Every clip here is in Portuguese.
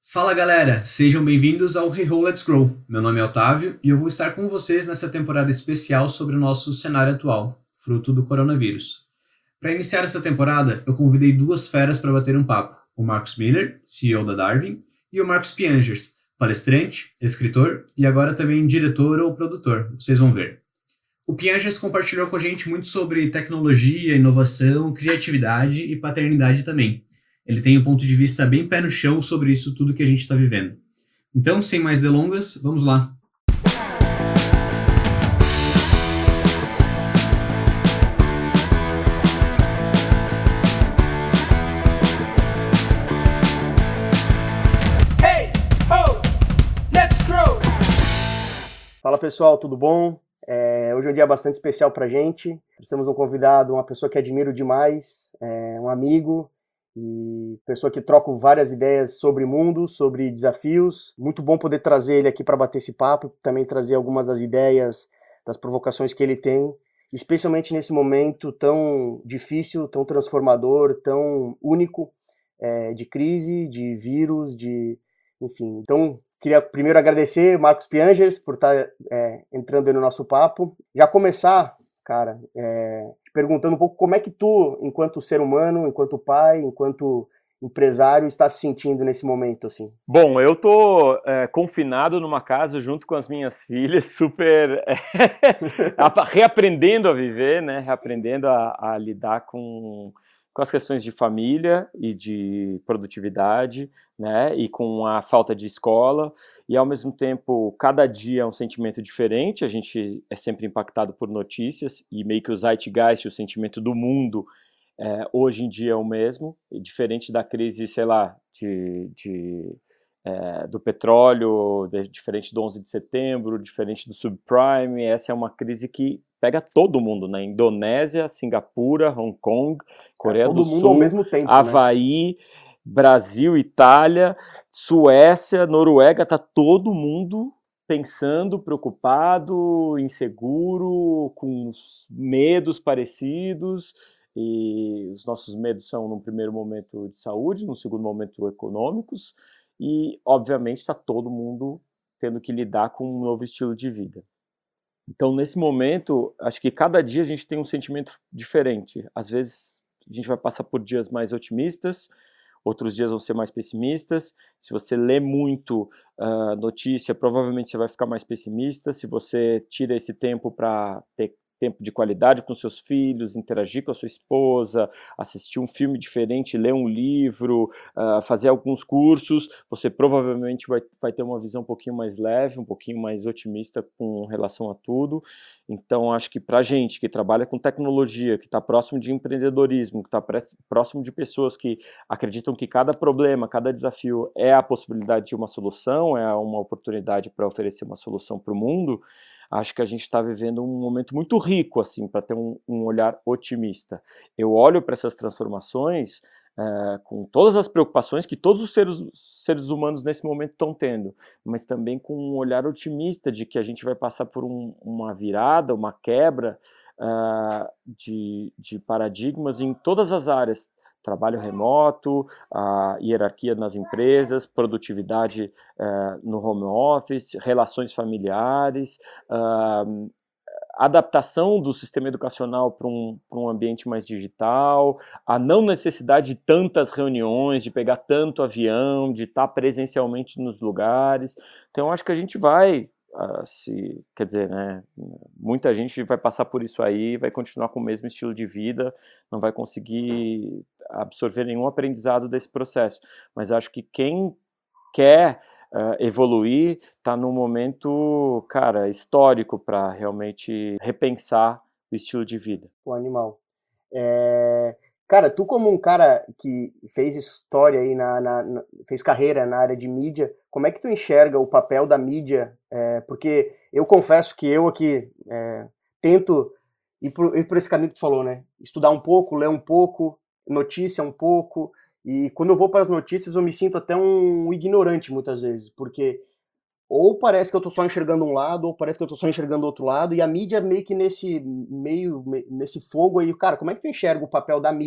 Fala galera, sejam bem-vindos ao Hey-Ho Let's Grow. Meu nome é Otávio e eu vou estar com vocês nessa temporada especial sobre o nosso cenário atual, fruto do coronavírus. Para iniciar essa temporada, eu convidei duas feras para bater um papo: o Marcus Miller, CEO da Darwin, e o Marcos Piangers, palestrante, escritor e agora também diretor ou produtor, vocês vão ver. O Piangers compartilhou com a gente muito sobre tecnologia, inovação, criatividade e paternidade também. Ele tem um ponto de vista bem pé no chão sobre isso tudo que a gente está vivendo. Então, sem mais delongas, vamos lá. Hey, ho, let's grow! Fala pessoal, tudo bom? Hoje é um dia bastante especial pra gente. Temos um convidado, uma pessoa que admiro demais, um amigo e pessoa que troca várias ideias sobre mundo, sobre desafios. Muito bom poder trazer ele aqui para bater esse papo, também trazer algumas das ideias, das provocações que ele tem, especialmente nesse momento tão difícil, tão transformador, tão único, de crise, de vírus, enfim. Então, queria primeiro agradecer Marcos Piangers por estar entrando aí no nosso papo. Já começar, cara, te perguntando um pouco como é que tu, enquanto ser humano, enquanto pai, enquanto empresário, está se sentindo nesse momento, assim? Bom, eu tô confinado numa casa junto com as minhas filhas, super reaprendendo a viver, né? Reaprendendo a lidar com as questões de família e de produtividade, né? E com a falta de escola. E ao mesmo tempo, cada dia é um sentimento diferente. A gente é sempre impactado por notícias e meio que o zeitgeist, o sentimento do mundo, hoje em dia é o mesmo, diferente da crise, sei lá, do petróleo, diferente do 11 de setembro, diferente do subprime. Essa é uma crise que pega todo mundo, né? Indonésia, Singapura, Hong Kong, Coreia do Sul, ao mesmo tempo, Havaí, né? Brasil, Itália, Suécia, Noruega, tá todo mundo pensando, preocupado, inseguro, com medos parecidos. E os nossos medos são, no primeiro momento, de saúde, no segundo momento, econômicos, e, obviamente, está todo mundo tendo que lidar com um novo estilo de vida. Então, nesse momento, acho que cada dia a gente tem um sentimento diferente. Às vezes, a gente vai passar por dias mais otimistas, outros dias vão ser mais pessimistas. Se você lê muito notícia, provavelmente você vai ficar mais pessimista. Se você tira esse tempo para ter tempo de qualidade com seus filhos, interagir com a sua esposa, assistir um filme diferente, ler um livro, fazer alguns cursos, você provavelmente vai ter uma visão um pouquinho mais leve, um pouquinho mais otimista com relação a tudo. Então, acho que para a gente que trabalha com tecnologia, que está próximo de empreendedorismo, que está próximo de pessoas que acreditam que cada problema, cada desafio é a possibilidade de uma solução, é uma oportunidade para oferecer uma solução para o mundo, acho que a gente está vivendo um momento muito rico, assim, para ter um olhar otimista. Eu olho para essas transformações com todas as preocupações que todos os seres humanos nesse momento estão tendo, mas também com um olhar otimista de que a gente vai passar por uma virada, uma quebra de paradigmas em todas as áreas. Trabalho remoto, a hierarquia nas empresas, produtividade no home office, relações familiares, adaptação do sistema educacional para um ambiente mais digital, a não necessidade de tantas reuniões, de pegar tanto avião, de estar presencialmente nos lugares. Então, acho que a gente vai... quer dizer, né, muita gente vai passar por isso aí, vai continuar com o mesmo estilo de vida, não vai conseguir absorver nenhum aprendizado desse processo, mas acho que quem quer evoluir está num momento, cara, histórico para realmente repensar o estilo de vida. O animal. Cara, tu como um cara que fez história aí, fez carreira na área de mídia, como é que tu enxerga o papel da mídia? Porque eu confesso que eu aqui tento ir por esse caminho que tu falou, né? Estudar um pouco, ler um pouco, notícia um pouco, e quando eu vou para as notícias eu me sinto até um ignorante muitas vezes, porque ou parece que eu tô só enxergando um lado, ou parece que eu tô só enxergando outro lado, e a mídia meio que nesse fogo aí. Cara, como é que tu enxerga o papel da mídia?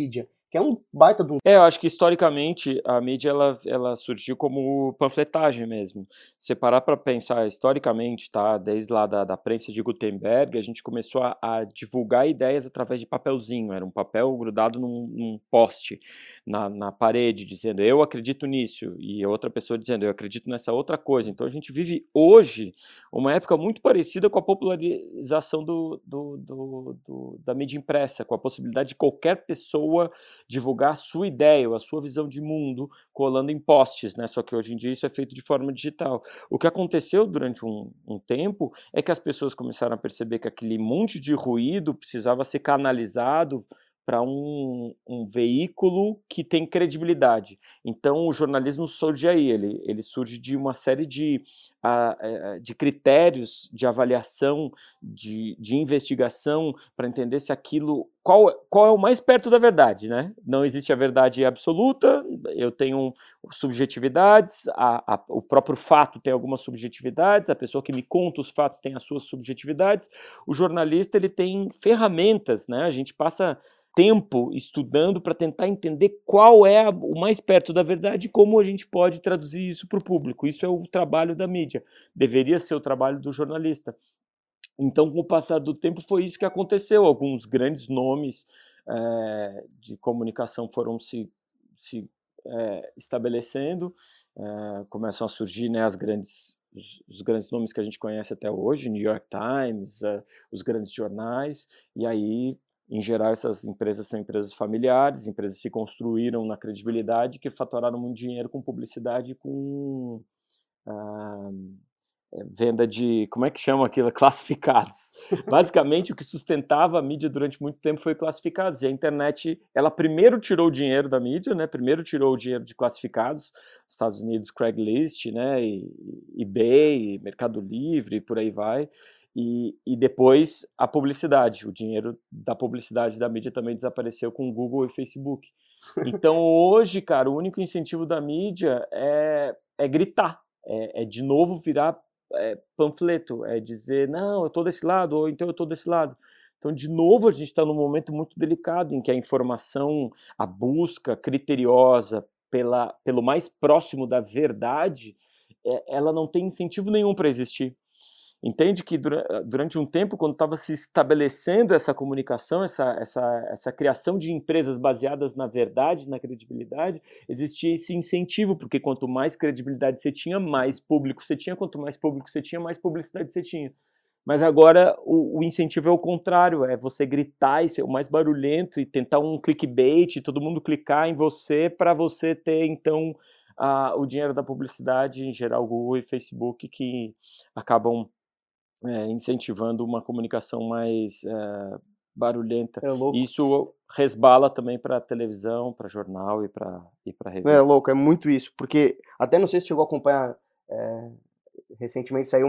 que é um baita de um... Eu acho que historicamente a mídia ela surgiu como panfletagem mesmo. Se parar para pensar historicamente, tá? Desde lá da prensa de Gutenberg, a gente começou a divulgar ideias através de papelzinho. Era um papel grudado num poste na parede, dizendo eu acredito nisso, e outra pessoa dizendo eu acredito nessa outra coisa. Então a gente vive hoje uma época muito parecida com a popularização da mídia impressa, com a possibilidade de qualquer pessoa divulgar a sua ideia ou a sua visão de mundo colando em posts, né? Só que hoje em dia isso é feito de forma digital. O que aconteceu durante um tempo é que as pessoas começaram a perceber que aquele monte de ruído precisava ser canalizado para um veículo que tem credibilidade. Então o jornalismo surge aí, ele surge de uma série de critérios de avaliação, de investigação, para entender se aquilo, qual é o mais perto da verdade, né? Não existe a verdade absoluta, eu tenho subjetividades, o próprio fato tem algumas subjetividades, a pessoa que me conta os fatos tem as suas subjetividades, o jornalista ele tem ferramentas, né? A gente passa tempo estudando para tentar entender qual é o mais perto da verdade e como a gente pode traduzir isso para o público. Isso é o trabalho da mídia, deveria ser o trabalho do jornalista. Então, com o passar do tempo, foi isso que aconteceu. Alguns grandes nomes de comunicação foram se estabelecendo, começam a surgir, né, os grandes nomes que a gente conhece até hoje, New York Times, os grandes jornais, e aí, em geral, essas empresas são empresas familiares, empresas que se construíram na credibilidade, que faturaram muito dinheiro com publicidade e com venda de, como é que chama aquilo? Classificados. Basicamente, o que sustentava a mídia durante muito tempo foi classificados, e a internet, ela primeiro tirou o dinheiro da mídia, né? Primeiro tirou o dinheiro de classificados, Estados Unidos, Craigslist, né? E eBay, Mercado Livre, e por aí vai, e depois a publicidade, o dinheiro da publicidade da mídia também desapareceu com Google e Facebook. Então hoje, cara, o único incentivo da mídia é gritar, é de novo virar panfleto, é dizer, não, eu estou desse lado, ou então eu estou desse lado. Então, de novo, a gente está num momento muito delicado em que a informação, a busca criteriosa pelo mais próximo da verdade, ela não tem incentivo nenhum para existir. Entende que durante um tempo, quando estava se estabelecendo essa comunicação, essa criação de empresas baseadas na verdade, na credibilidade, existia esse incentivo, porque quanto mais credibilidade você tinha, mais público você tinha, quanto mais público você tinha, mais publicidade você tinha. Mas agora o incentivo é o contrário, é você gritar e ser o mais barulhento e tentar um clickbait, todo mundo clicar em você para você ter, então, o dinheiro da publicidade, em geral Google e Facebook, que acabam incentivando uma comunicação mais barulhenta. É louco. Isso resbala também para televisão, para jornal e para revista. É louco, é muito isso, porque até não sei se chegou a acompanhar, recentemente saiu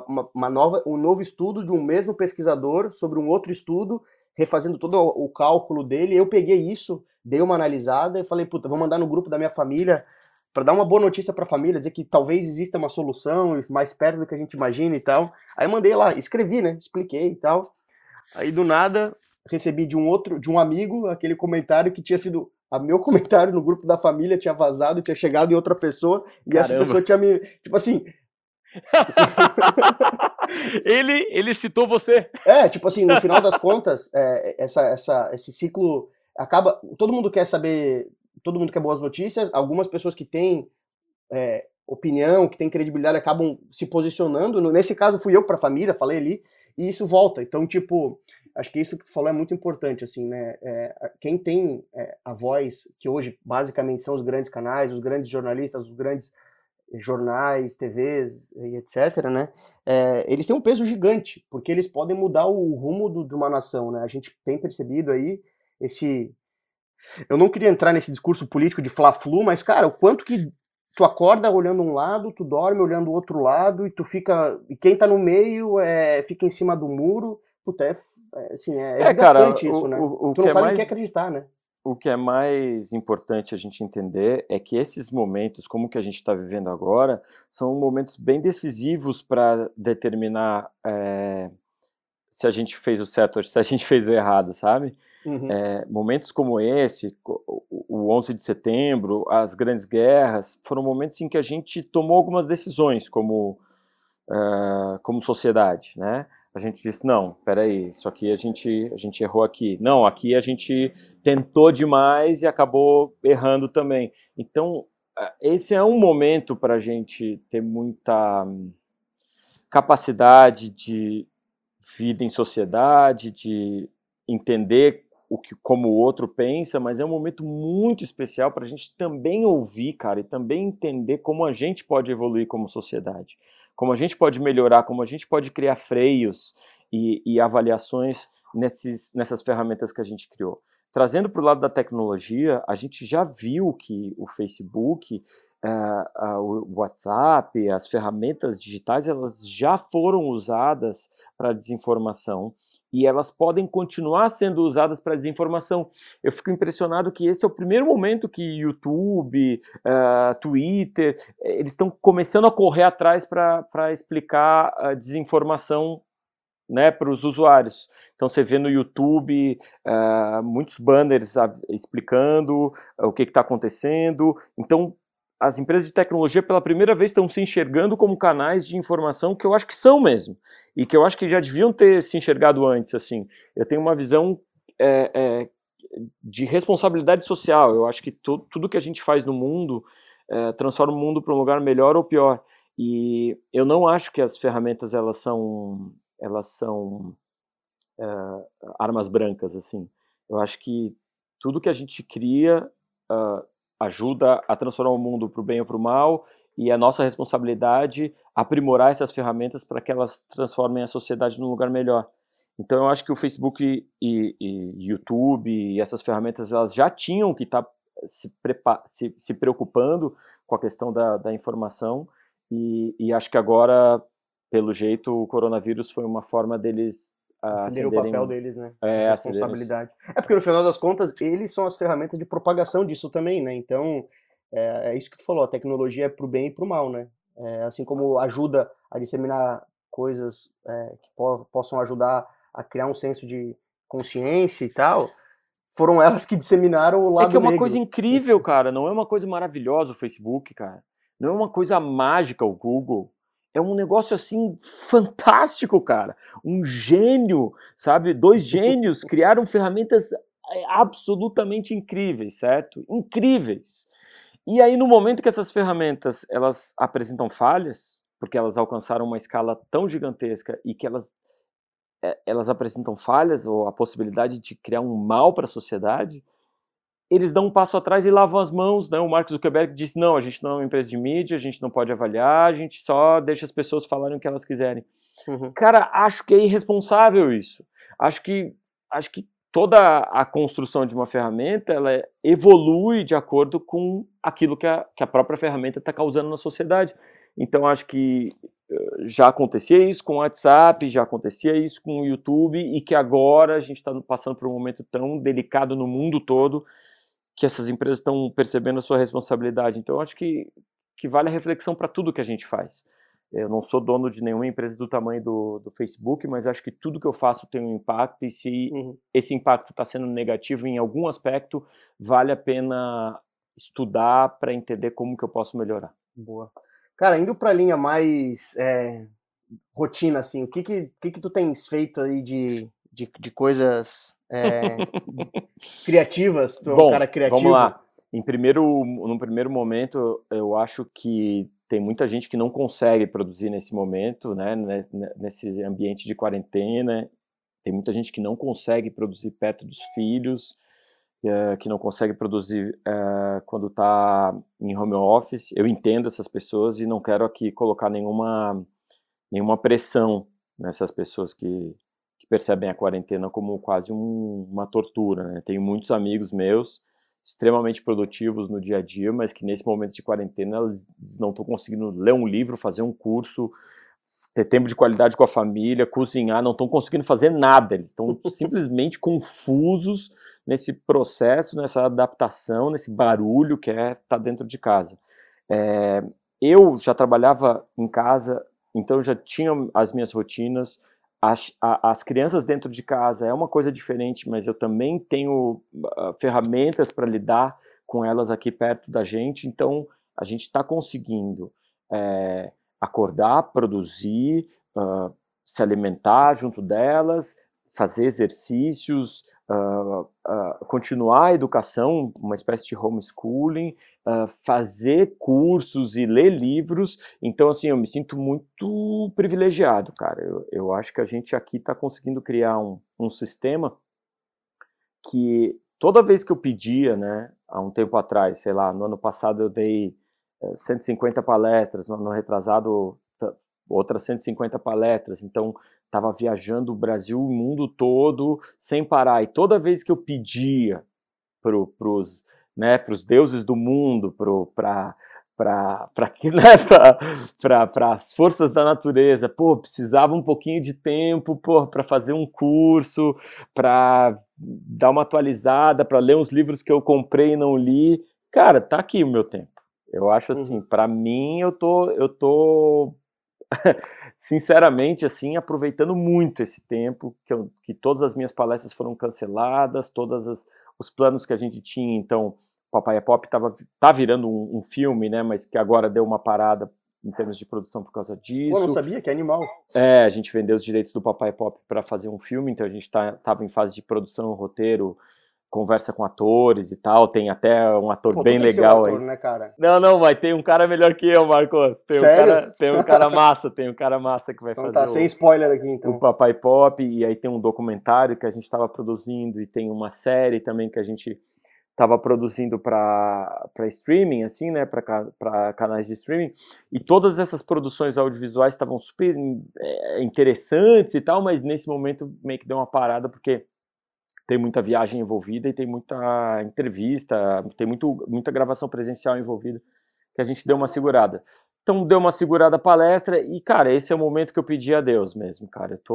um novo estudo de um mesmo pesquisador sobre um outro estudo, refazendo todo o cálculo dele. Eu peguei isso, dei uma analisada e falei, puta, vou mandar no grupo da minha família para dar uma boa notícia para a família, dizer que talvez exista uma solução mais perto do que a gente imagina e tal. Aí eu mandei lá, escrevi, né, expliquei e tal. Aí do nada recebi de um amigo aquele comentário que tinha sido meu comentário no grupo da família, tinha vazado, tinha chegado em outra pessoa e Caramba. Essa pessoa tinha me, tipo assim, ele citou você. Tipo assim, no final das contas, esse ciclo acaba, todo mundo quer saber, todo mundo quer boas notícias, algumas pessoas que têm opinião, que têm credibilidade, acabam se posicionando. Nesse caso fui eu para a família, falei ali, e isso volta. Então, tipo, acho que isso que tu falou é muito importante, assim, né? Quem tem a voz, que hoje basicamente são os grandes canais, os grandes jornalistas, os grandes jornais, TVs e etc, né? Eles têm um peso gigante, porque eles podem mudar o rumo de uma nação, né? A gente tem percebido aí eu não queria entrar nesse discurso político de fla-flu, mas, cara, o quanto que tu acorda olhando um lado, tu dorme olhando o outro lado, e quem tá no meio fica em cima do muro. Puta, assim, desgastante, cara, isso, né? Tu não sabe em que acreditar, né? O que é mais importante a gente entender é que esses momentos, como que a gente está vivendo agora, são momentos bem decisivos para determinar se a gente fez o certo ou se a gente fez o errado, sabe? Uhum. Momentos como esse, o 11 de setembro, as grandes guerras, foram momentos em que a gente tomou algumas decisões como sociedade, né? A gente disse, não, peraí, isso aqui a gente errou aqui. Não, aqui a gente tentou demais e acabou errando também. Então, esse é um momento para a gente ter muita capacidade de vida em sociedade, de entender como o outro pensa, mas é um momento muito especial para a gente também ouvir, cara, e também entender como a gente pode evoluir como sociedade, como a gente pode melhorar, como a gente pode criar freios e avaliações nessas ferramentas que a gente criou. Trazendo para o lado da tecnologia, a gente já viu que o Facebook, o WhatsApp, as ferramentas digitais, elas já foram usadas para desinformação e elas podem continuar sendo usadas para desinformação. Eu fico impressionado que esse é o primeiro momento que YouTube, Twitter, eles estão começando a correr atrás para explicar a desinformação, né, para os usuários. Então você vê no YouTube muitos banners explicando o que está acontecendo. Então as empresas de tecnologia pela primeira vez estão se enxergando como canais de informação, que eu acho que são mesmo, e que eu acho que já deviam ter se enxergado antes. Assim. Eu tenho uma visão de responsabilidade social. Eu acho que tudo que a gente faz no mundo transforma o mundo para um lugar melhor ou pior. E eu não acho que as ferramentas elas são armas brancas, assim. Eu acho que tudo que a gente cria ajuda a transformar o mundo para o bem ou para o mal, e é nossa responsabilidade aprimorar essas ferramentas para que elas transformem a sociedade num lugar melhor. Então eu acho que o Facebook e YouTube e essas ferramentas elas já tinham que estar se preocupando com a questão da informação, e acho que agora, pelo jeito, o coronavírus foi uma forma deles entenderem o papel deles, né? Responsabilidade. Porque no final das contas, eles são as ferramentas de propagação disso também, né? Então, é isso que tu falou, a tecnologia é pro bem e pro mal, né? Assim como ajuda a disseminar coisas que possam ajudar a criar um senso de consciência e tal, foram elas que disseminaram o lado negro. É que é uma coisa incrível, cara, não é uma coisa maravilhosa o Facebook, cara. Não é uma coisa mágica o Google. É um negócio, assim, fantástico, cara. Um gênio, sabe? 2 gênios criaram ferramentas absolutamente incríveis, certo? Incríveis. E aí, no momento que essas ferramentas, elas apresentam falhas, porque elas alcançaram uma escala tão gigantesca e que elas apresentam falhas ou a possibilidade de criar um mal para a sociedade, eles dão um passo atrás e lavam as mãos, né? O Mark Zuckerberg disse, não, a gente não é uma empresa de mídia, a gente não pode avaliar, a gente só deixa as pessoas falarem o que elas quiserem. Uhum. Cara, acho que é irresponsável isso. Acho que toda a construção de uma ferramenta, ela evolui de acordo com aquilo que a própria ferramenta está causando na sociedade. Então, acho que já acontecia isso com o WhatsApp, já acontecia isso com o YouTube, e que agora a gente está passando por um momento tão delicado no mundo todo, que essas empresas estão percebendo a sua responsabilidade. Então, eu acho que vale a reflexão para tudo que a gente faz. Eu não sou dono de nenhuma empresa do tamanho do Facebook, mas acho que tudo que eu faço tem um impacto, e se esse impacto está sendo negativo em algum aspecto, vale a pena estudar para entender como que eu posso melhorar. Boa. Cara, indo para a linha mais rotina, assim, o que tu tens feito aí de coisas criativas? Tu é um cara criativo. Vamos lá. Num primeiro momento, eu acho que tem muita gente que não consegue produzir nesse momento, né, nesse ambiente de quarentena. Tem muita gente que não consegue produzir perto dos filhos, que não consegue produzir quando está em home office. Eu entendo essas pessoas e não quero aqui colocar nenhuma pressão nessas pessoas que percebem a quarentena como quase uma tortura, né? Tenho muitos amigos meus extremamente produtivos no dia a dia, mas que nesse momento de quarentena eles não estão conseguindo ler um livro, fazer um curso, ter tempo de qualidade com a família, cozinhar, não estão conseguindo fazer nada, eles estão simplesmente confusos nesse processo, nessa adaptação, nesse barulho que estar dentro de casa. Eu já trabalhava em casa, então eu já tinha as minhas rotinas, as crianças dentro de casa é uma coisa diferente, mas eu também tenho ferramentas para lidar com elas aqui perto da gente, então a gente está conseguindo acordar, produzir, se alimentar junto delas, fazer exercícios, continuar a educação, uma espécie de homeschooling, fazer cursos e ler livros. Então, assim, eu me sinto muito privilegiado, cara. Eu acho que a gente aqui está conseguindo criar um sistema que toda vez que eu pedia, né, há um tempo atrás, sei lá, no ano passado eu dei 150 palestras, no ano retrasado outras 150 palestras, então estava viajando o Brasil, o mundo todo, sem parar, e toda vez que eu pedia pros deuses do mundo, para as forças da natureza, precisava um pouquinho de tempo, para fazer um curso, para dar uma atualizada, para ler uns livros que eu comprei e não li. Cara, tá aqui o meu tempo. Eu acho assim, para mim, eu tô sinceramente, assim, aproveitando muito esse tempo, que todas as minhas palestras foram canceladas, todos os planos que a gente tinha, então, Papai é Pop tá virando um filme, né, mas que agora deu uma parada em termos de produção por causa disso. Pô, não sabia, que animal. A gente vendeu os direitos do Papai Pop para fazer um filme, então a gente tava em fase de produção, roteiro, conversa com atores e tal, tem até um ator bem legal aí. Né, cara? Não, vai ter um cara melhor que eu, Marcos. Tem um cara massa que vai então fazer. Tá, sem spoiler aqui, então. O Papai Pop, e aí tem um documentário que a gente estava produzindo, e tem uma série também que a gente estava produzindo para streaming, assim, né, para canais de streaming, e todas essas produções audiovisuais estavam super interessantes e tal, mas nesse momento meio que deu uma parada, porque tem muita viagem envolvida e tem muita entrevista, tem muita gravação presencial envolvida, que a gente deu uma segurada. Então, deu uma segurada a palestra e, cara, esse é o momento que eu pedi a Deus mesmo, cara. Eu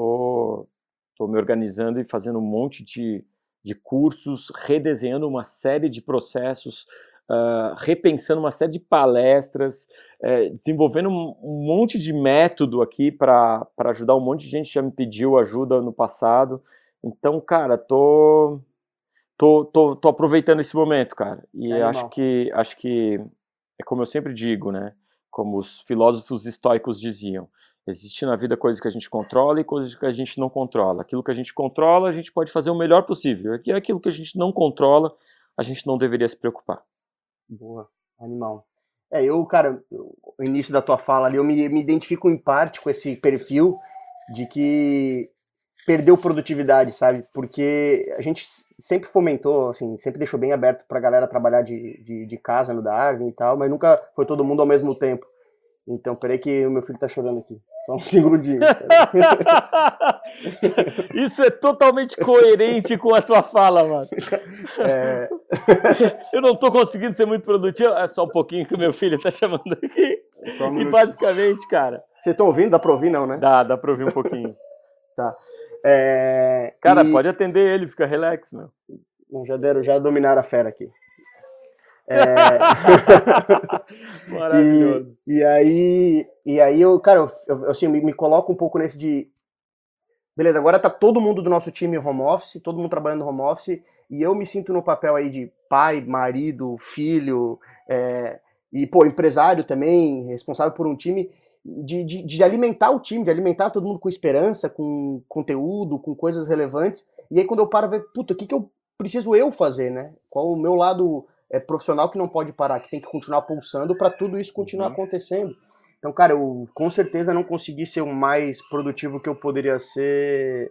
tô me organizando e fazendo um monte de cursos, redesenhando uma série de processos, repensando uma série de palestras, desenvolvendo um monte de método aqui para ajudar um monte de gente que já me pediu ajuda no passado. Então, cara, tô aproveitando esse momento, cara. E acho que é como eu sempre digo, né? Como os filósofos estoicos diziam, existe na vida coisas que a gente controla e coisas que a gente não controla. Aquilo que a gente controla, a gente pode fazer o melhor possível. E aquilo que a gente não controla, a gente não deveria se preocupar. Boa, animal. Cara, o início da tua fala ali, eu me identifico em parte com esse perfil de que perdeu produtividade, sabe? Porque a gente sempre fomentou, assim, sempre deixou bem aberto pra galera trabalhar de casa no Darwin e tal, mas nunca foi todo mundo ao mesmo tempo. Então, peraí que o meu filho tá chorando aqui. Só um segundinho. Isso é totalmente coerente com a tua fala, mano. Eu não tô conseguindo ser muito produtivo. É só um pouquinho que o meu filho tá chamando aqui. E basicamente, cara... Vocês estão ouvindo? Dá pra ouvir não, né? Dá pra ouvir um pouquinho. Tá. Cara, pode atender ele, fica relax, meu. Já dominaram a fera aqui. Maravilhoso. E aí eu, cara, eu assim, me coloco um pouco nesse de... Beleza, agora tá todo mundo do nosso time home office, todo mundo trabalhando home office, e eu me sinto no papel aí de pai, marido, filho, e, empresário também, responsável por um time... De alimentar o time, de alimentar todo mundo com esperança, com conteúdo, com coisas relevantes. E aí quando eu paro a ver, o que eu preciso fazer, né? Qual o meu lado profissional que não pode parar, que tem que continuar pulsando para tudo isso continuar acontecendo. Então, cara, eu com certeza não consegui ser o mais produtivo que eu poderia ser,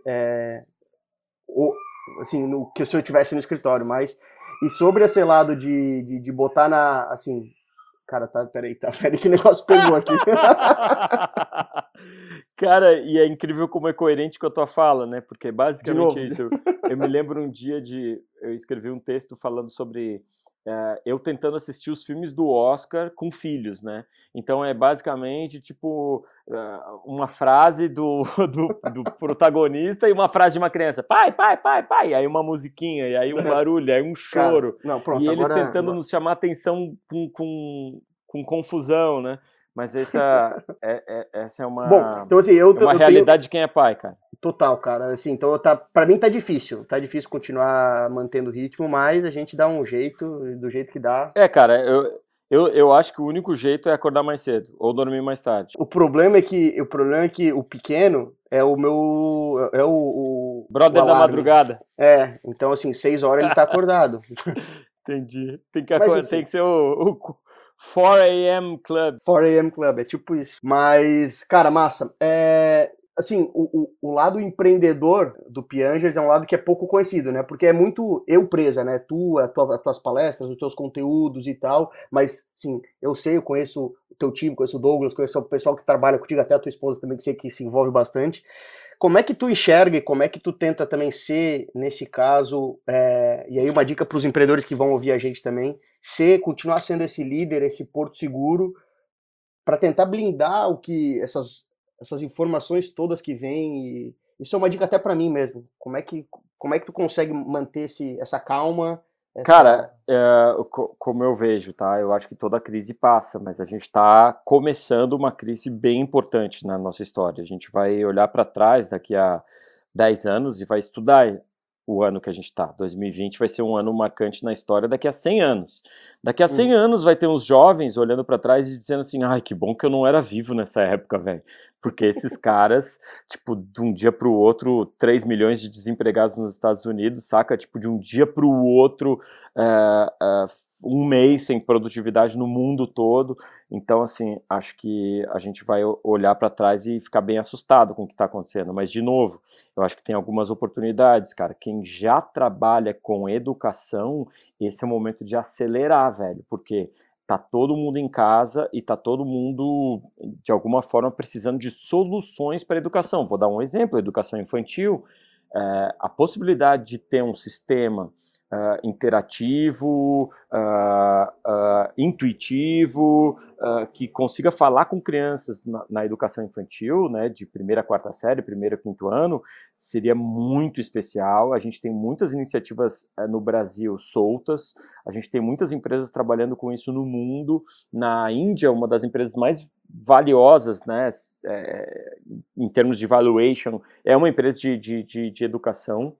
assim, se eu estivesse no escritório, mas... E sobre esse lado de botar na, assim... Cara, peraí que negócio pegou aqui. Cara, e é incrível como é coerente com a tua fala, né? Porque basicamente é isso. Eu me lembro um dia eu escrevi um texto falando sobre eu tentando assistir os filmes do Oscar com filhos, né? Então é basicamente tipo uma frase do protagonista e uma frase de uma criança. Pai, pai, pai, pai. Aí uma musiquinha, e aí um barulho, aí um choro. Cara, não, pronto, e eles agora... tentando nos chamar atenção com confusão, né? Mas essa é Bom, então assim, eu tenho... realidade de quem é pai, cara. Total, cara. Assim, então pra mim tá difícil. Tá difícil continuar mantendo o ritmo, mas a gente dá um jeito, do jeito que dá. Cara, eu acho que o único jeito é acordar mais cedo ou dormir mais tarde. O problema é que o pequeno é o meu. É o Brother o da alarme. madrugada. Então assim, 6 horas ele tá acordado. Entendi. Mas, Tem que ser o 4 a.m. Club. 4 a.m. Club, é tipo isso. Mas, cara, massa. Assim, o lado empreendedor do Piangers é um lado que é pouco conhecido, né? Porque é muito eu presa, né? As tuas palestras, os teus conteúdos e tal. Mas, sim, eu conheço o teu time, conheço o Douglas, conheço o pessoal que trabalha contigo, até a tua esposa também, que sei que se envolve bastante. Como é que tu enxerga e como é que tu tenta também ser, nesse caso, e aí uma dica para os empreendedores que vão ouvir a gente também, continuar sendo esse líder, esse porto seguro, para tentar blindar essas informações todas que vêm. E isso é uma dica até para mim mesmo. Como é que tu consegue manter essa calma? Cara, como eu vejo, tá? Eu acho que toda crise passa, mas a gente está começando uma crise bem importante na nossa história. A gente vai olhar para trás daqui a 10 anos e vai estudar o ano que a gente está. 2020 vai ser um ano marcante na história daqui a 100 anos. Daqui a 100 anos vai ter uns jovens olhando para trás e dizendo assim, ai, que bom que eu não era vivo nessa época, velho. Porque esses caras, tipo, de um dia para o outro, 3 milhões de desempregados nos Estados Unidos, saca? Tipo, de um dia para o outro, um mês sem produtividade no mundo todo. Então, assim, acho que a gente vai olhar para trás e ficar bem assustado com o que está acontecendo. Mas, de novo, eu acho que tem algumas oportunidades, cara. Quem já trabalha com educação, esse é o momento de acelerar, velho, porque tá todo mundo em casa e tá todo mundo, de alguma forma, precisando de soluções para a educação. Vou dar um exemplo, educação infantil, a possibilidade de ter um sistema interativo, intuitivo, que consiga falar com crianças na educação infantil, né, de primeira a quarta série, primeiro a quinto ano, seria muito especial. A gente tem muitas iniciativas no Brasil soltas, a gente tem muitas empresas trabalhando com isso no mundo. Na Índia, uma das empresas mais valiosas, né, em termos de valuation, é uma empresa de educação.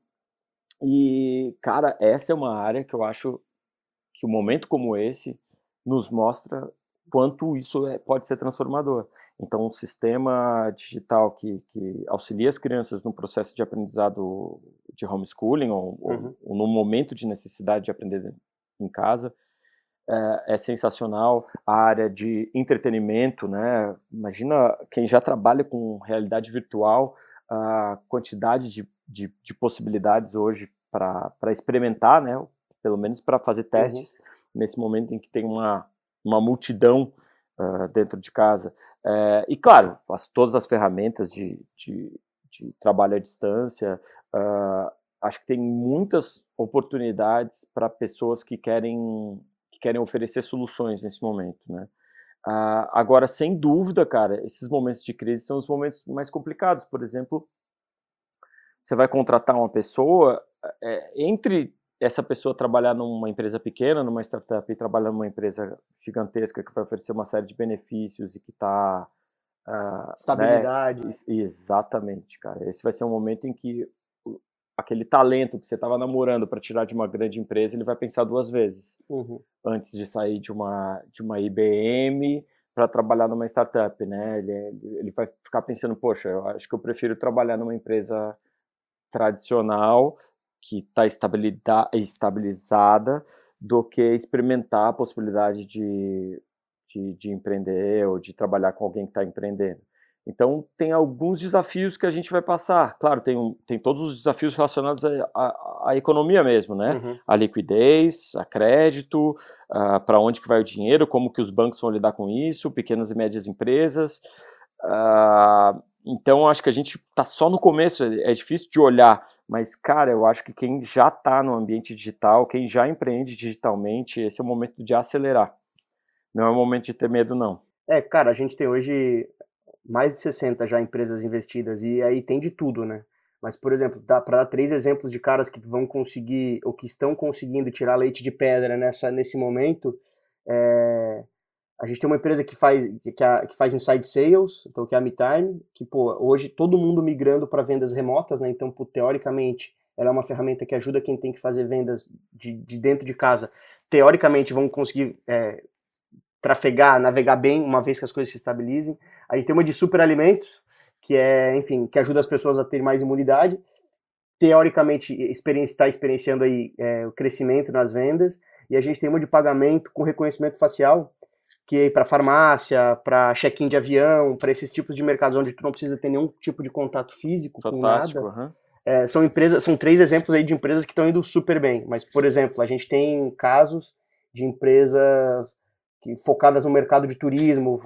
E, cara, essa é uma área que eu acho que um momento como esse nos mostra quanto isso pode ser transformador. Então, um sistema digital que auxilia as crianças no processo de aprendizado de homeschooling ou no momento de necessidade de aprender em casa é sensacional. A área de entretenimento, né? Imagina quem já trabalha com realidade virtual, a quantidade de possibilidades hoje para experimentar, né? Pelo menos para fazer testes nesse momento em que tem uma multidão dentro de casa. E claro, todas as ferramentas de trabalho à distância. Acho que tem muitas oportunidades para pessoas que querem oferecer soluções nesse momento, né? Agora, sem dúvida, cara, esses momentos de crise são os momentos mais complicados. Por exemplo, você vai contratar uma pessoa, entre essa pessoa trabalhar numa empresa pequena, numa startup, e trabalhar numa empresa gigantesca que vai oferecer uma série de benefícios e que está... estabilidade. Né? Exatamente, cara. Esse vai ser um momento em que aquele talento que você estava namorando para tirar de uma grande empresa, ele vai pensar 2 vezes antes de sair de uma IBM para trabalhar numa startup, né? Ele vai ficar pensando, poxa, eu acho que eu prefiro trabalhar numa empresa tradicional que está estabilizada do que experimentar a possibilidade de empreender ou de trabalhar com alguém que está empreendendo. Então, tem alguns desafios que a gente vai passar. Claro, tem todos os desafios relacionados à economia mesmo, né? A liquidez, a crédito, para onde que vai o dinheiro, como que os bancos vão lidar com isso, pequenas e médias empresas. Então, acho que a gente está só no começo, é difícil de olhar, mas, cara, eu acho que quem já está no ambiente digital, quem já empreende digitalmente, esse é o momento de acelerar. Não é o momento de ter medo, não. Cara, a gente tem hoje mais de 60 já empresas investidas e aí tem de tudo, né? Mas, por exemplo, para dar 3 exemplos de caras que vão conseguir ou que estão conseguindo tirar leite de pedra nesse momento, A gente tem uma empresa que faz inside sales, então que é a MeTime, que pô, hoje todo mundo migrando para vendas remotas, né? Então, pô, teoricamente, ela é uma ferramenta que ajuda quem tem que fazer vendas de dentro de casa. Teoricamente, vão conseguir trafegar, navegar bem, uma vez que as coisas se estabilizem. A gente tem uma de superalimentos, que é, enfim, que ajuda as pessoas a ter mais imunidade. Teoricamente, está experienciando aí o crescimento nas vendas. E a gente tem uma de pagamento com reconhecimento facial, que é para farmácia, para check-in de avião, para esses tipos de mercados onde tu não precisa ter nenhum tipo de contato físico Fantástico, com nada. São 3 exemplos aí de empresas que estão indo super bem. Mas, por exemplo, a gente tem casos de empresas focadas no mercado de turismo,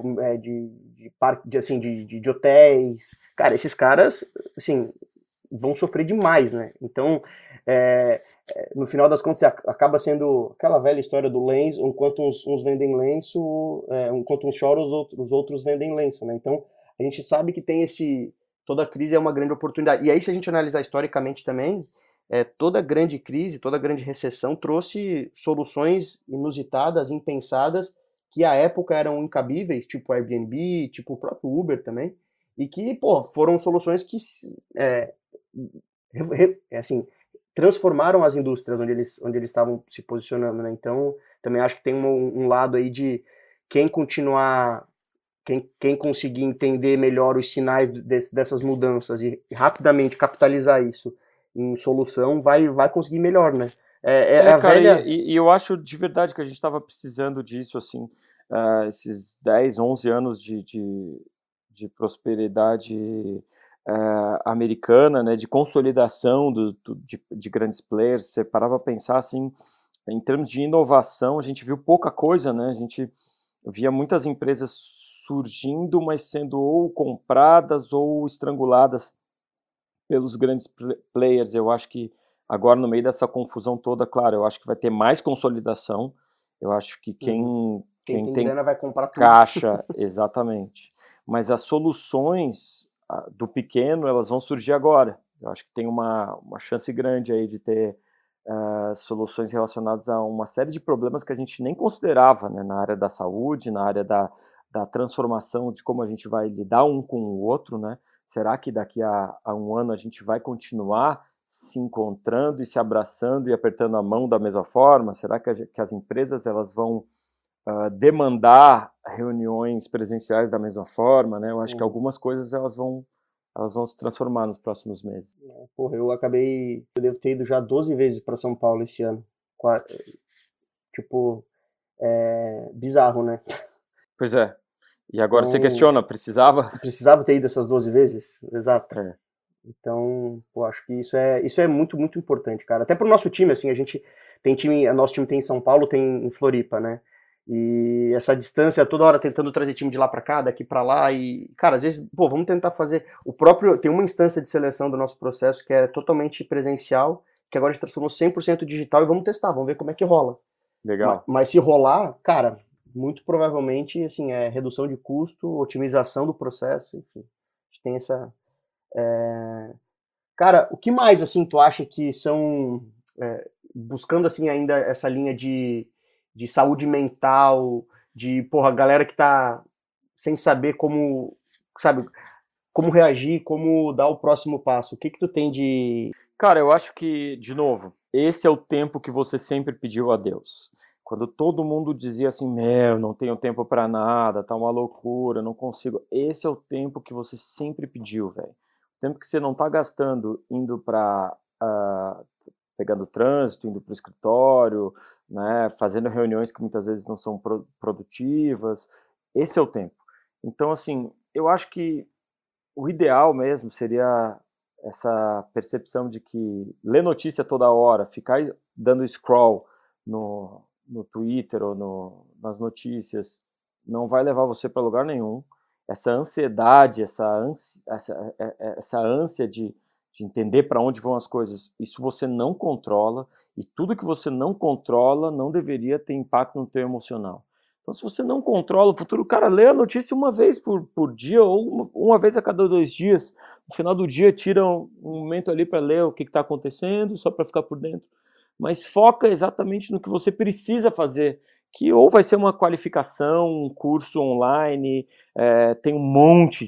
de hotéis. Cara, esses caras, assim, vão sofrer demais, né? Então, no final das contas, acaba sendo aquela velha história do lenço, enquanto uns vendem lenço, enquanto uns choram, os outros vendem lenço, né? Então, a gente sabe que tem toda crise é uma grande oportunidade. E aí, se a gente analisar historicamente também, toda grande crise, toda grande recessão trouxe soluções inusitadas, impensadas, que à época eram incabíveis, tipo Airbnb, tipo o próprio Uber também, e que, pô, foram soluções que assim, transformaram as indústrias onde eles estavam se posicionando, né? Então, também acho que tem um lado aí de quem continuar, quem conseguir entender melhor os sinais dessas mudanças e rapidamente capitalizar isso em solução, vai conseguir melhor, né? Cara, e eu acho de verdade que a gente estava precisando disso, assim, esses 10, 11 anos de prosperidade americana, né, de consolidação de grandes players. Você parava para pensar, assim, em termos de inovação, a gente viu pouca coisa, né? A gente via muitas empresas surgindo, mas sendo ou compradas ou estranguladas pelos grandes players. Eu acho que agora, no meio dessa confusão toda, claro, eu acho que vai ter mais consolidação. Eu acho que quem tem tem grana vai comprar tudo. Caixa, exatamente. Mas as soluções do pequeno, elas vão surgir agora. Eu acho que tem uma chance grande aí de ter soluções relacionadas a uma série de problemas que a gente nem considerava, né, na área da saúde, na área da transformação de como a gente vai lidar um com o outro, né? Será que daqui a um ano a gente vai continuar se encontrando e se abraçando e apertando a mão da mesma forma? Será que as empresas elas vão demandar reuniões presenciais da mesma forma, né? Eu acho que algumas coisas elas vão se transformar nos próximos meses. Porra, eu devo ter ido já 12 vezes para São Paulo esse ano. Tipo, bizarro, né? Pois é. E agora você questiona, precisava? Precisava ter ido essas 12 vezes? Exato. Então, pô, acho que isso é muito, muito importante, cara. Até pro nosso time, assim, nosso time tem em São Paulo, tem em Floripa, né? E essa distância, toda hora tentando trazer time de lá para cá, daqui para lá, e, cara, às vezes, pô, vamos tentar fazer tem uma instância de seleção do nosso processo que é totalmente presencial, que agora a gente transformou 100% digital, e vamos testar, vamos ver como é que rola. Legal. Mas se rolar, cara, muito provavelmente, assim, redução de custo, otimização do processo, enfim, a gente tem essa... Cara, o que mais, assim, tu acha que são, buscando, assim, ainda essa linha de saúde mental, de, porra, galera que tá sem saber como, sabe, como reagir, como dar o próximo passo. O que tu tem de... Cara, eu acho que, de novo, esse é o tempo que você sempre pediu a Deus. Quando todo mundo dizia assim, não tenho tempo para nada, tá uma loucura, não consigo. Esse é o tempo que você sempre pediu, velho. O tempo que você não tá gastando indo para pegando trânsito, indo para o escritório, né, fazendo reuniões que muitas vezes não são produtivas. Esse é o tempo. Então, assim, eu acho que o ideal mesmo seria essa percepção de que ler notícia toda hora, ficar dando scroll no Twitter ou nas notícias, não vai levar você para lugar nenhum. Essa ansiedade, essa ânsia de entender para onde vão as coisas, isso você não controla, e tudo que você não controla não deveria ter impacto no teu emocional. Então, se você não controla o futuro, cara, lê a notícia uma vez por dia, ou uma vez a cada 2 dias. No final do dia, tira um momento ali para ler o que está acontecendo, só para ficar por dentro. Mas foca exatamente no que você precisa fazer, que ou vai ser uma qualificação, um curso online, tem um monte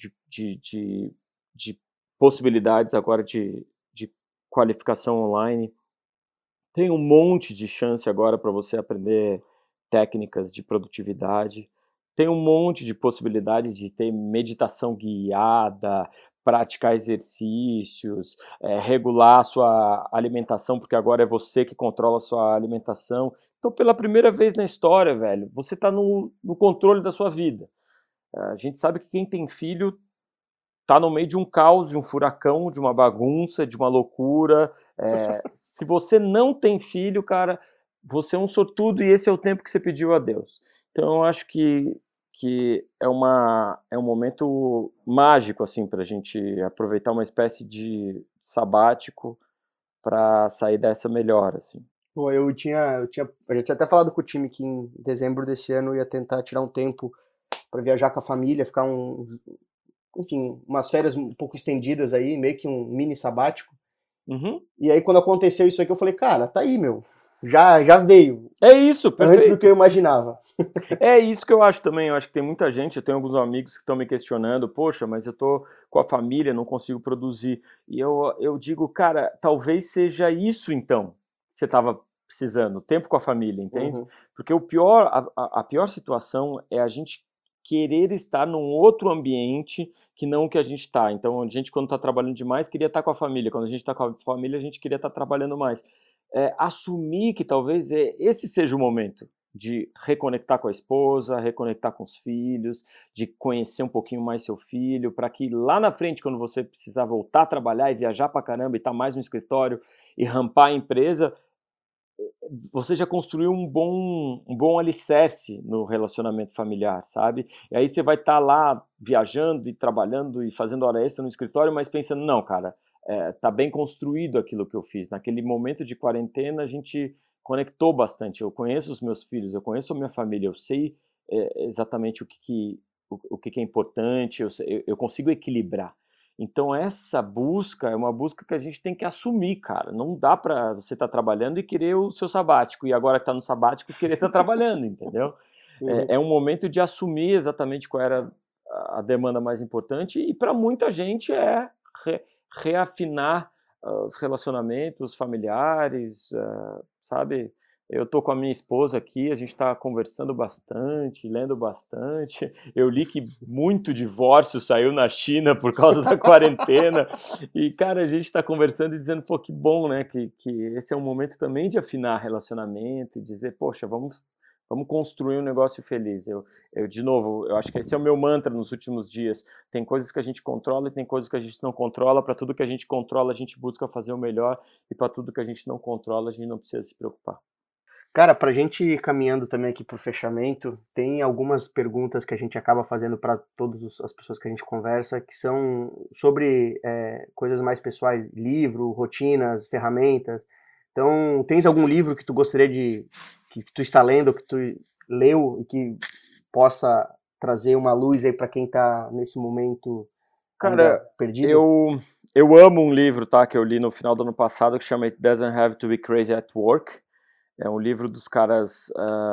de possibilidades agora de qualificação online, tem um monte de chance agora para você aprender técnicas de produtividade, tem um monte de possibilidade de ter meditação guiada, praticar exercícios, regular a sua alimentação, porque agora é você que controla a sua alimentação. Então, pela primeira vez na história, velho, você está no controle da sua vida. A gente sabe que quem tem filho está no meio de um caos, de um furacão, de uma bagunça, de uma loucura. Se você não tem filho, cara, você é um sortudo e esse é o tempo que você pediu a Deus. Então, eu acho que é um momento mágico, assim, para a gente aproveitar uma espécie de sabático para sair dessa melhor, assim. Pô, a gente tinha até falado com o time que em dezembro desse ano ia tentar tirar um tempo para viajar com a família, ficar enfim, umas férias um pouco estendidas aí, meio que um mini sabático. Uhum. E aí quando aconteceu isso aqui, eu falei, cara, tá aí, meu. Já veio. É isso, perfeito. Antes do que eu imaginava. É isso que eu acho também. Eu acho que tem muita gente, eu tenho alguns amigos que estão me questionando, poxa, mas eu tô com a família, não consigo produzir. E eu digo, cara, talvez seja isso então que você estava precisando, tempo com a família, entende? Uhum. Porque a pior situação é a gente querer estar num outro ambiente que não o que a gente está. Então, a gente, quando está trabalhando demais, queria estar com a família. Quando a gente está com a família, a gente queria estar trabalhando mais. Assumir que talvez esse seja o momento de reconectar com a esposa, reconectar com os filhos, de conhecer um pouquinho mais seu filho, para que lá na frente, quando você precisar voltar a trabalhar e viajar para caramba e estar mais no escritório e rampar a empresa, você já construiu um bom alicerce no relacionamento familiar, sabe? E aí você vai estar lá viajando e trabalhando e fazendo hora extra no escritório, mas pensando, não, cara, tá bem construído aquilo que eu fiz. Naquele momento de quarentena, a gente conectou bastante. Eu conheço os meus filhos, eu conheço a minha família, eu sei exatamente o que é importante, eu consigo equilibrar. Então essa busca é uma busca que a gente tem que assumir, cara. Não dá pra você estar trabalhando e querer o seu sabático, e agora que tá no sabático querer estar trabalhando, entendeu? Uhum. É um momento de assumir exatamente qual era a demanda mais importante, e para muita gente reafinar os relacionamentos familiares, sabe? Eu tô com a minha esposa aqui, a gente está conversando bastante, lendo bastante. Eu li que muito divórcio saiu na China por causa da quarentena. E, cara, a gente está conversando e dizendo, pô, que bom, né? Que esse é um momento também de afinar relacionamento e dizer, poxa, vamos construir um negócio feliz. De novo, eu acho que esse é o meu mantra nos últimos dias. Tem coisas que a gente controla e tem coisas que a gente não controla. Para tudo que a gente controla, a gente busca fazer o melhor. E para tudo que a gente não controla, a gente não precisa se preocupar. Cara, pra gente ir caminhando também aqui pro fechamento, tem algumas perguntas que a gente acaba fazendo para todas as pessoas que a gente conversa, que são sobre coisas mais pessoais, livro, rotinas, ferramentas. Então, tens algum livro que tu gostaria que tu está lendo, que tu leu e que possa trazer uma luz aí para quem tá nesse momento ainda Cara, perdido? eu amo um livro, tá, que eu li no final do ano passado, que chama It Doesn't Have to Be Crazy at Work. É um livro dos caras,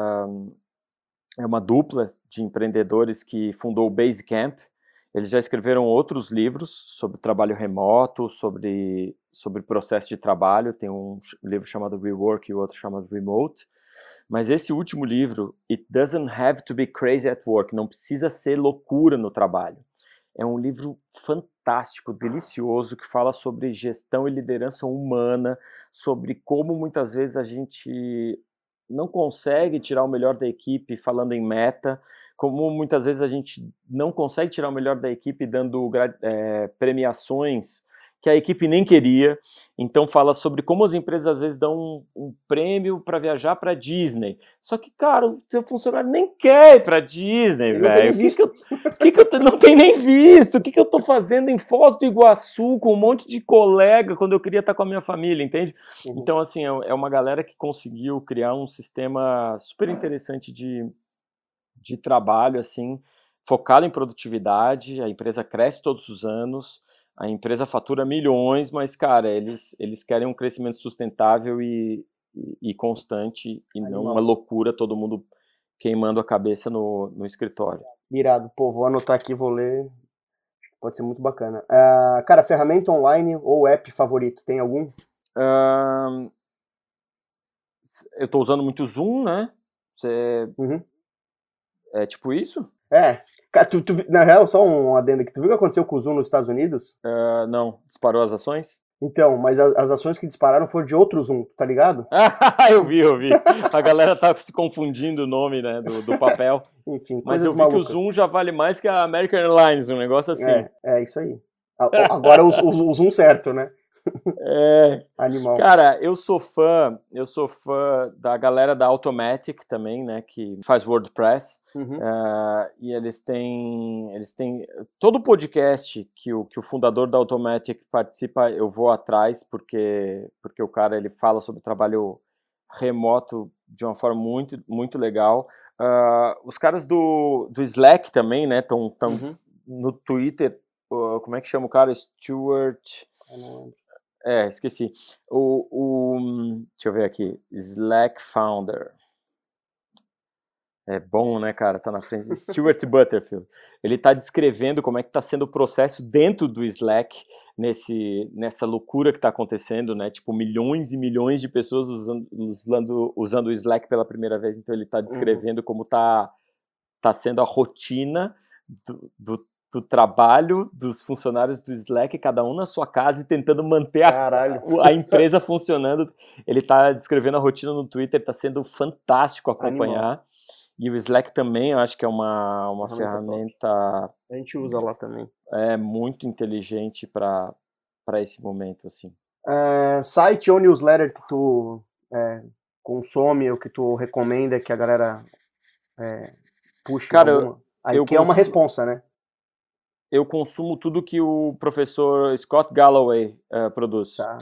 é uma dupla de empreendedores que fundou o Basecamp. Eles já escreveram outros livros sobre trabalho remoto, sobre processo de trabalho. Tem um livro chamado Rework e o outro chamado Remote. Mas esse último livro, It Doesn't Have to Be Crazy at Work, não precisa ser loucura no trabalho. É um livro fantástico, delicioso, que fala sobre gestão e liderança humana, sobre como muitas vezes a gente não consegue tirar o melhor da equipe falando em meta, como muitas vezes a gente não consegue tirar o melhor da equipe dando premiações que a equipe nem queria. Então fala sobre como as empresas às vezes dão um prêmio para viajar para Disney. Só que, cara, o seu funcionário nem quer ir para Disney, velho. Não tem nem visto. Não tem nem visto. O que eu tô fazendo em Foz do Iguaçu com um monte de colega quando eu queria estar com a minha família, entende? Uhum. Então, assim, é uma galera que conseguiu criar um sistema super interessante de trabalho, assim, focado em produtividade. A empresa cresce todos os anos. A empresa fatura milhões, mas, cara, eles querem um crescimento sustentável e e constante, e não Animal. uma loucura, todo mundo queimando a cabeça no escritório. Irado. Pô, vou anotar aqui, vou ler. Pode ser muito bacana. Cara, ferramenta online ou app favorito, tem algum? Ahn, eu tô usando muito Zoom, né? Uhum. É tipo isso? Cara, na real, só um adendo aqui. Tu viu o que aconteceu com o Zoom nos Estados Unidos? Não, disparou as ações? Então, mas as ações que dispararam foram de outro Zoom, tá ligado? Eu vi. A galera tá se confundindo o nome, né, do papel. Enfim, Mas coisas eu vi malucas. que o Zoom já vale mais que a American Airlines, um negócio assim. É isso aí. Agora o Zoom certo, né? Animal. Cara, eu sou fã da galera da Automatic também, né, que faz WordPress. Uhum. E eles têm todo podcast que o fundador da Automatic participa, eu vou atrás, porque o cara, ele fala sobre trabalho remoto de uma forma muito, muito legal. Os caras do Slack também, né, estão no Twitter. Como é que chama o cara? Stuart... esqueci. Deixa eu ver aqui. Slack Founder. É bom, né, cara? Tá na frente. Stuart Butterfield. Ele tá descrevendo como é que tá sendo o processo dentro do Slack, nessa loucura que tá acontecendo, né? Tipo, milhões e milhões de pessoas usando o Slack pela primeira vez. Então ele tá descrevendo como tá sendo a rotina do trabalho dos funcionários do Slack, cada um na sua casa e tentando manter a empresa funcionando. Ele está descrevendo a rotina no Twitter, está sendo fantástico acompanhar. Animal. E o Slack também, eu acho que é uma ferramenta... A gente usa lá também. É muito inteligente para esse momento, assim. Site ou newsletter que tu consome ou que tu recomenda que a galera puxe? Cara, que é uma responsa, né? Eu consumo tudo que o professor Scott Galloway produz. Tá.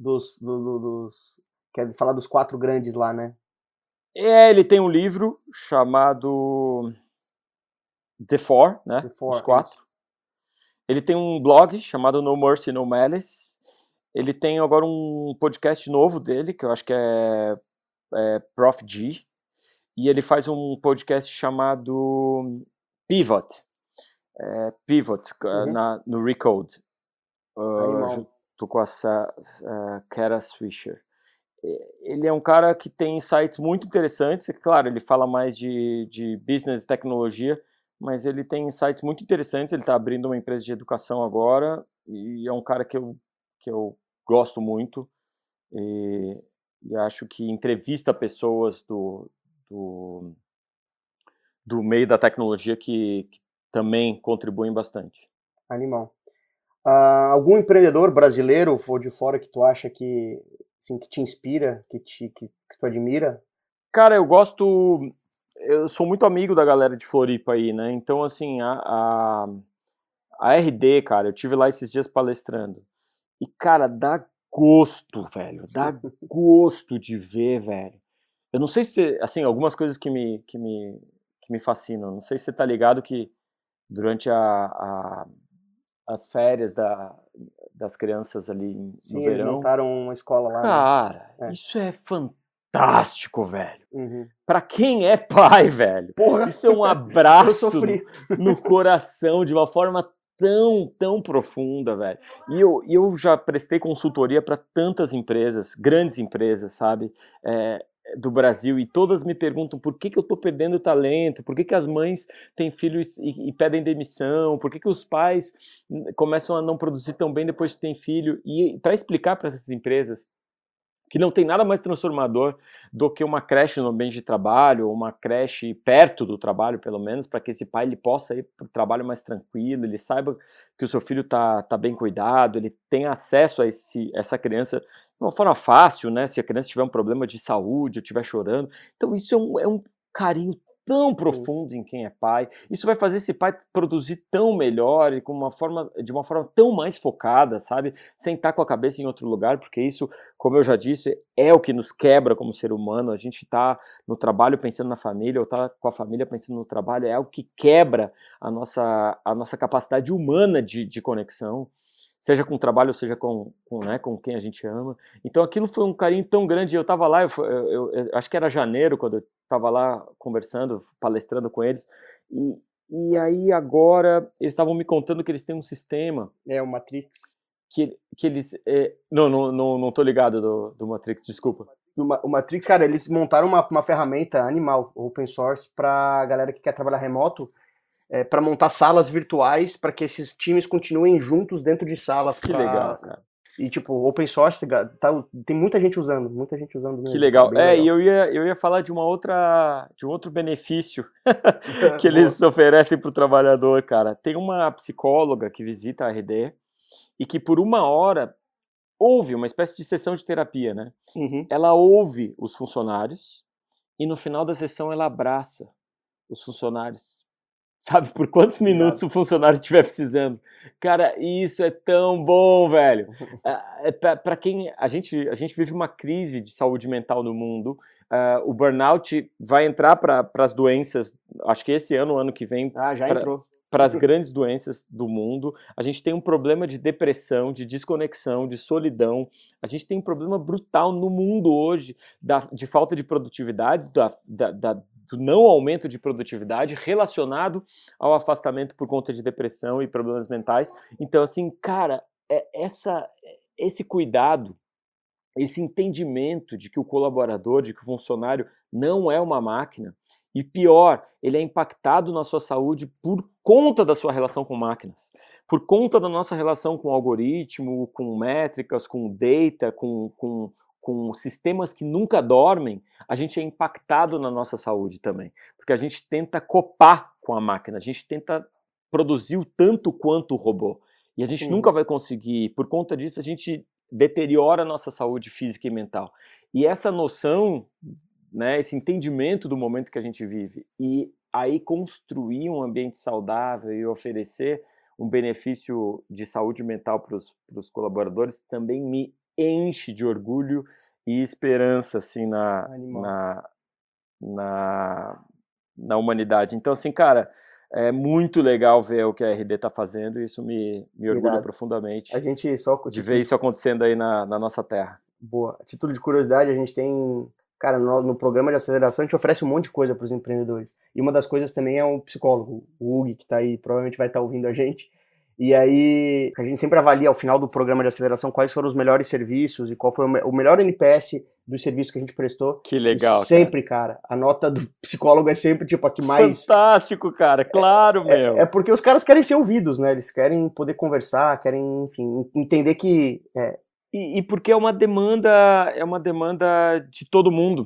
Quer falar dos 4 grandes lá, né? Ele tem um livro chamado The Four, né? Os 4. Isso. Ele tem um blog chamado No Mercy, No Malice. Ele tem agora um podcast novo dele, que eu acho que é Prof. G. E ele faz um podcast chamado Pivot. No Recode, junto com a Kara Swisher. Ele é um cara que tem insights muito interessantes. Claro, ele fala mais de business e tecnologia, mas ele tem insights muito interessantes. Ele está abrindo uma empresa de educação agora e é um cara que eu gosto muito e acho que entrevista pessoas do meio da tecnologia que também contribuem bastante. Animal. Algum empreendedor brasileiro ou de fora que tu acha que, assim, que te inspira, que tu admira? Cara, eu sou muito amigo da galera de Floripa aí, né? Então, assim, a RD, cara, eu tive lá esses dias palestrando. E, cara, dá gosto, velho. Dá gosto de ver, velho. Eu não sei se, assim, algumas coisas que me fascinam. Não sei se você tá ligado que durante as férias das crianças ali no Sim, verão... eles montaram uma escola lá, cara, né? Isso é fantástico, velho. Uhum. Pra quem é pai, velho, Porra. Isso é um abraço Eu sofri. no coração, de uma forma tão profunda, velho. E eu já prestei consultoria para tantas empresas, grandes empresas, sabe, do Brasil, e todas me perguntam por que eu tô perdendo talento, por que as mães têm filhos e pedem demissão, por que os pais começam a não produzir tão bem depois que têm filho. E para explicar para essas empresas que não tem nada mais transformador do que uma creche no ambiente de trabalho, ou uma creche perto do trabalho, pelo menos, para que esse pai ele possa ir para o trabalho mais tranquilo, ele saiba que o seu filho tá bem cuidado, ele tem acesso a essa criança de uma forma fácil, né? Se a criança tiver um problema de saúde ou estiver chorando. Então isso é um carinho tão profundo em quem é pai. Isso vai fazer esse pai produzir tão melhor e de uma forma tão mais focada, sabe? Sem estar com a cabeça em outro lugar, porque isso, como eu já disse, é o que nos quebra como ser humano. A gente tá no trabalho pensando na família, ou tá com a família pensando no trabalho, é algo que quebra a nossa capacidade humana de conexão. seja com o trabalho, seja né, com quem a gente ama. Então aquilo foi um carinho tão grande. Eu estava lá, eu acho que era janeiro, quando eu estava lá conversando, palestrando com eles, e aí agora eles estavam me contando que eles têm um sistema É o Matrix. que eles... não tô ligado do Matrix, desculpa. O Matrix, cara, eles montaram uma ferramenta animal, open source, pra galera que quer trabalhar remoto, para montar salas virtuais para que esses times continuem juntos dentro de salas. Que legal, cara. E tipo, open source, tem muita gente usando mesmo. Que legal. Bem legal. E eu ia falar de um outro benefício que eles oferecem para o trabalhador, cara. Tem uma psicóloga que visita a RD e que por 1 hora ouve uma espécie de sessão de terapia, né? Uhum. Ela ouve os funcionários e no final da sessão ela abraça os funcionários. Sabe, por quantos minutos o funcionário estiver precisando. Cara, isso é tão bom, velho. Para quem... A gente vive uma crise de saúde mental no mundo. O burnout vai entrar para as doenças, acho que esse ano, o ano que vem... Já entrou. Para as grandes doenças do mundo. A gente tem um problema de depressão, de desconexão, de solidão. A gente tem um problema brutal no mundo hoje de falta de produtividade, do não aumento de produtividade relacionado ao afastamento por conta de depressão e problemas mentais. Então, assim, cara, esse cuidado, esse entendimento de que o colaborador, de que o funcionário não é uma máquina, e pior, ele é impactado na sua saúde por conta da sua relação com máquinas, por conta da nossa relação com algoritmo, com métricas, com data, com sistemas que nunca dormem, a gente é impactado na nossa saúde também, porque a gente tenta copar com a máquina, a gente tenta produzir o tanto quanto o robô, e a gente nunca vai conseguir, por conta disso a gente deteriora a nossa saúde física e mental. E essa noção, né, esse entendimento do momento que a gente vive, e aí construir um ambiente saudável e oferecer um benefício de saúde mental para os colaboradores também me enche de orgulho e esperança assim na humanidade. Então, assim, cara, é muito legal ver o que a RD está fazendo e isso me orgulha profundamente A gente de ver isso acontecendo aí na nossa terra. Boa. A título de curiosidade, a gente tem... Cara, no programa de aceleração a gente oferece um monte de coisa para os empreendedores. E uma das coisas também é um psicólogo, o Hugo, que está aí, provavelmente vai estar ouvindo a gente. E aí, a gente sempre avalia ao final do programa de aceleração quais foram os melhores serviços e qual foi o melhor NPS dos serviços que a gente prestou. Que legal, sempre, cara. A nota do psicólogo é sempre, tipo, a que mais... Fantástico, cara. Claro, meu. É porque os caras querem ser ouvidos, né? Eles querem poder conversar, querem, enfim, entender que... E porque é uma demanda de todo mundo.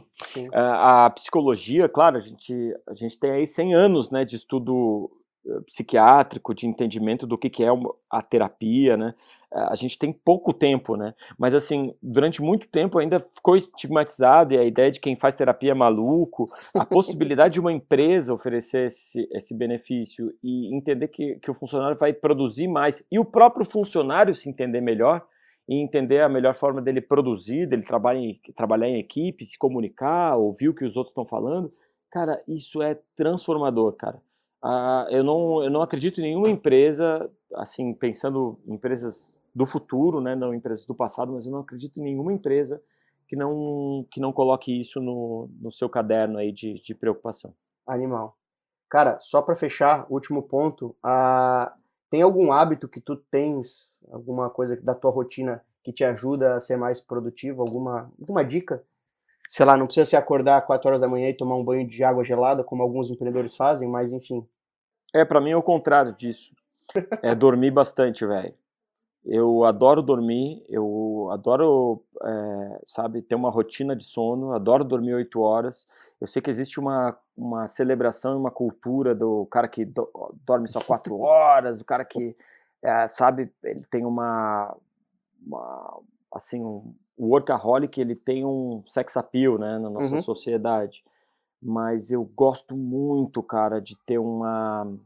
A psicologia, claro, a gente tem aí 100 anos, né, de estudo psiquiátrico, de entendimento do que é a terapia, né? A gente tem pouco tempo, né? Mas assim, durante muito tempo ainda ficou estigmatizado e a ideia de quem faz terapia é maluco, a possibilidade de uma empresa oferecer esse benefício e entender que o funcionário vai produzir mais e o próprio funcionário se entender melhor e entender a melhor forma dele produzir, dele trabalhar em equipe, se comunicar, ouvir o que os outros estão falando. Cara, isso é transformador, cara. Eu não acredito em nenhuma empresa, assim, pensando em empresas do futuro, né, não empresas do passado, mas eu não acredito em nenhuma empresa que não coloque isso no seu caderno aí de preocupação. Animal. Cara, só para fechar, último ponto, tem algum hábito que tu tens, alguma coisa da tua rotina que te ajuda a ser mais produtivo, alguma dica? Sei lá, não precisa se acordar 4 horas da manhã e tomar um banho de água gelada, como alguns empreendedores fazem, mas enfim. Pra mim é o contrário disso. É dormir bastante, velho. Eu adoro dormir, eu adoro, sabe, ter uma rotina de sono, adoro dormir 8 horas. Eu sei que existe uma celebração e uma cultura do cara que dorme só 4 horas, o cara que, sabe, ele tem assim, o workaholic, ele tem um sex appeal, né, na nossa sociedade. Mas eu gosto muito, cara, de ter um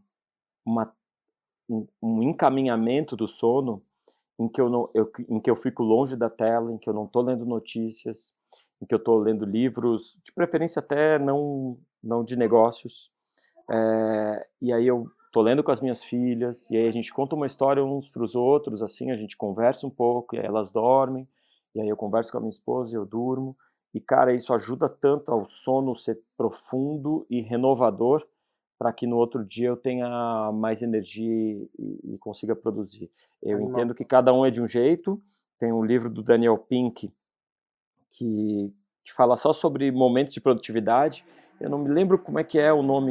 encaminhamento do sono em que eu fico longe da tela, em que eu não estou lendo notícias, em que eu estou lendo livros, de preferência até não de negócios, e aí eu tô lendo com as minhas filhas, e aí a gente conta uma história uns para os outros, assim, a gente conversa um pouco, e aí elas dormem, e aí eu converso com a minha esposa e eu durmo. E, cara, isso ajuda tanto ao sono ser profundo e renovador, para que no outro dia eu tenha mais energia e consiga produzir. Eu entendo que cada um é de um jeito. Tem um livro do Daniel Pink que fala só sobre momentos de produtividade. Eu não me lembro como é que é o nome.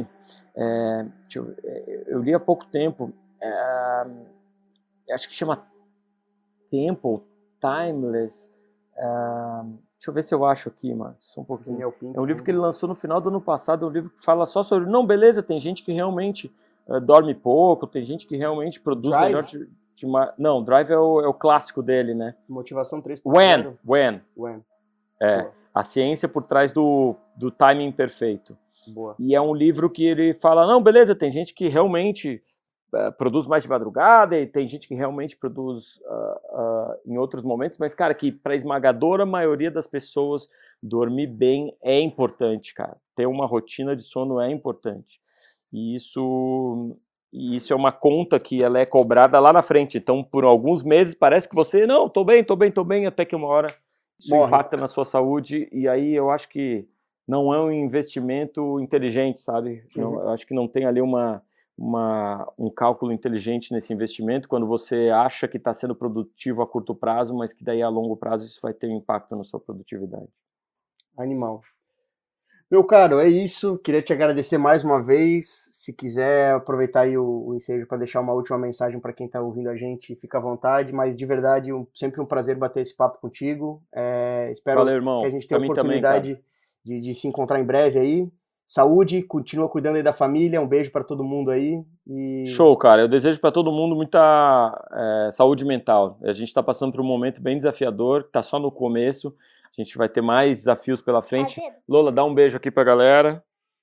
Eu li há pouco tempo. Acho que chama Tempo, Timeless. Deixa eu ver se eu acho aqui, mano. Só um pouquinho. É um livro que ele lançou no final do ano passado. É um livro que fala só sobre... Não, beleza, tem gente que realmente dorme pouco, tem gente que realmente produz melhor... Não, Drive é o clássico dele, né? Motivação 3.0. When. A ciência por trás do timing perfeito. Boa. E é um livro que ele fala, não, beleza, tem gente que realmente produz mais de madrugada e tem gente que realmente produz em outros momentos, mas, cara, que para a esmagadora maioria das pessoas dormir bem é importante, cara. Ter uma rotina de sono é importante. E isso é uma conta que ela é cobrada lá na frente. Então, por alguns meses, parece que você, não, tô bem, até que uma hora isso impacta na sua saúde. E aí eu acho que não é um investimento inteligente, sabe? Não, eu acho que não tem ali um cálculo inteligente nesse investimento, quando você acha que está sendo produtivo a curto prazo, mas que daí a longo prazo isso vai ter um impacto na sua produtividade. Animal. Meu caro, é isso. Queria te agradecer mais uma vez. Se quiser aproveitar aí o ensejo para deixar uma última mensagem para quem está ouvindo a gente, fica à vontade. Mas de verdade, sempre um prazer bater esse papo contigo. Espero que a gente tenha a oportunidade de se encontrar em breve aí. Saúde, continua cuidando aí da família. Um beijo para todo mundo aí. Show, cara. Eu desejo para todo mundo muita saúde mental. A gente está passando por um momento bem desafiador, está só no começo. A gente vai ter mais desafios pela frente. Lola, dá um beijo aqui pra galera.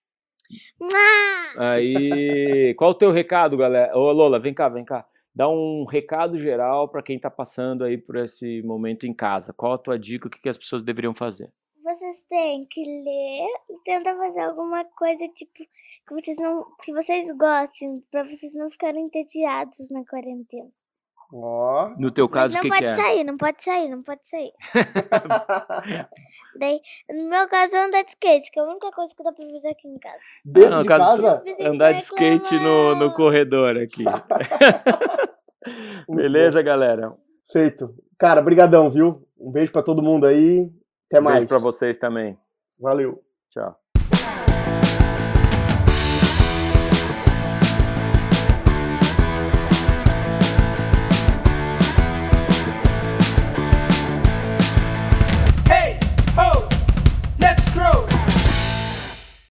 Aí, qual o teu recado, galera? Ô, Lola, vem cá. Dá um recado geral para quem tá passando aí por esse momento em casa. Qual a tua dica? O que as pessoas deveriam fazer? Vocês têm que ler e tentar fazer alguma coisa, tipo, que vocês gostem, para vocês não ficarem entediados na quarentena. No teu caso, o que é? Não pode sair. Daí, no meu caso, é andar de skate, que é a única coisa que dá pra fazer aqui em casa. Dentro de casa? Andar de skate no corredor aqui. Beleza, galera? Feito. Cara, brigadão, viu? Um beijo pra todo mundo aí. Até mais. Beijo pra vocês também. Valeu. Tchau.